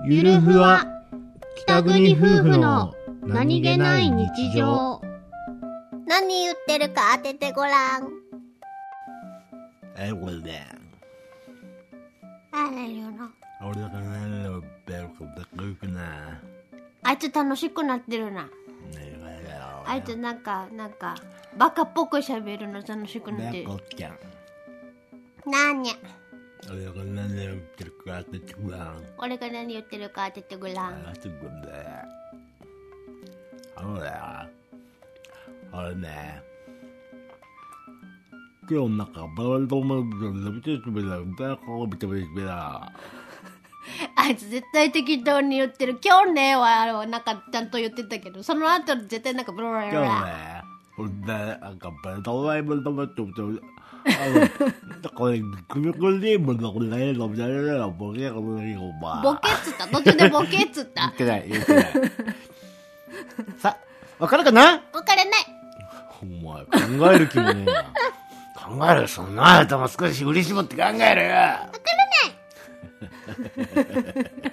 ゆるふわ北国夫婦の何気ない日常。 何言ってるか当ててごらん。 これね、 あれよな。 俺が何を言ってるかできるな。 あいつ楽しくなってるな。 ねえよ。 あいつなんかバカっぽく喋るの楽しくなってる。 猫ちゃん。 なんにゃ。 俺が何を言ってるか当ててごらん。 俺が何言ってるか当ててごらん。 当ててごらん。あれね。今日なんかバランドマンで見てみたら、こう見てみたら。 あいつ絶対適当に言ってる。今日ねはなんかちゃんと言ってたけど、その後絶対なんかブロラ今ラ。 日ね、ほんで、なんかバランドマンと思ってこれ、クリームのこれ何のみたいなボケが無理お前。 ボケっつった途中でボケっつった言ってない。さ、わかるかな？ 分からない。 お前、考える気もねえな。考えるよ、そんな頭少し振り絞って考えるよ。 分からない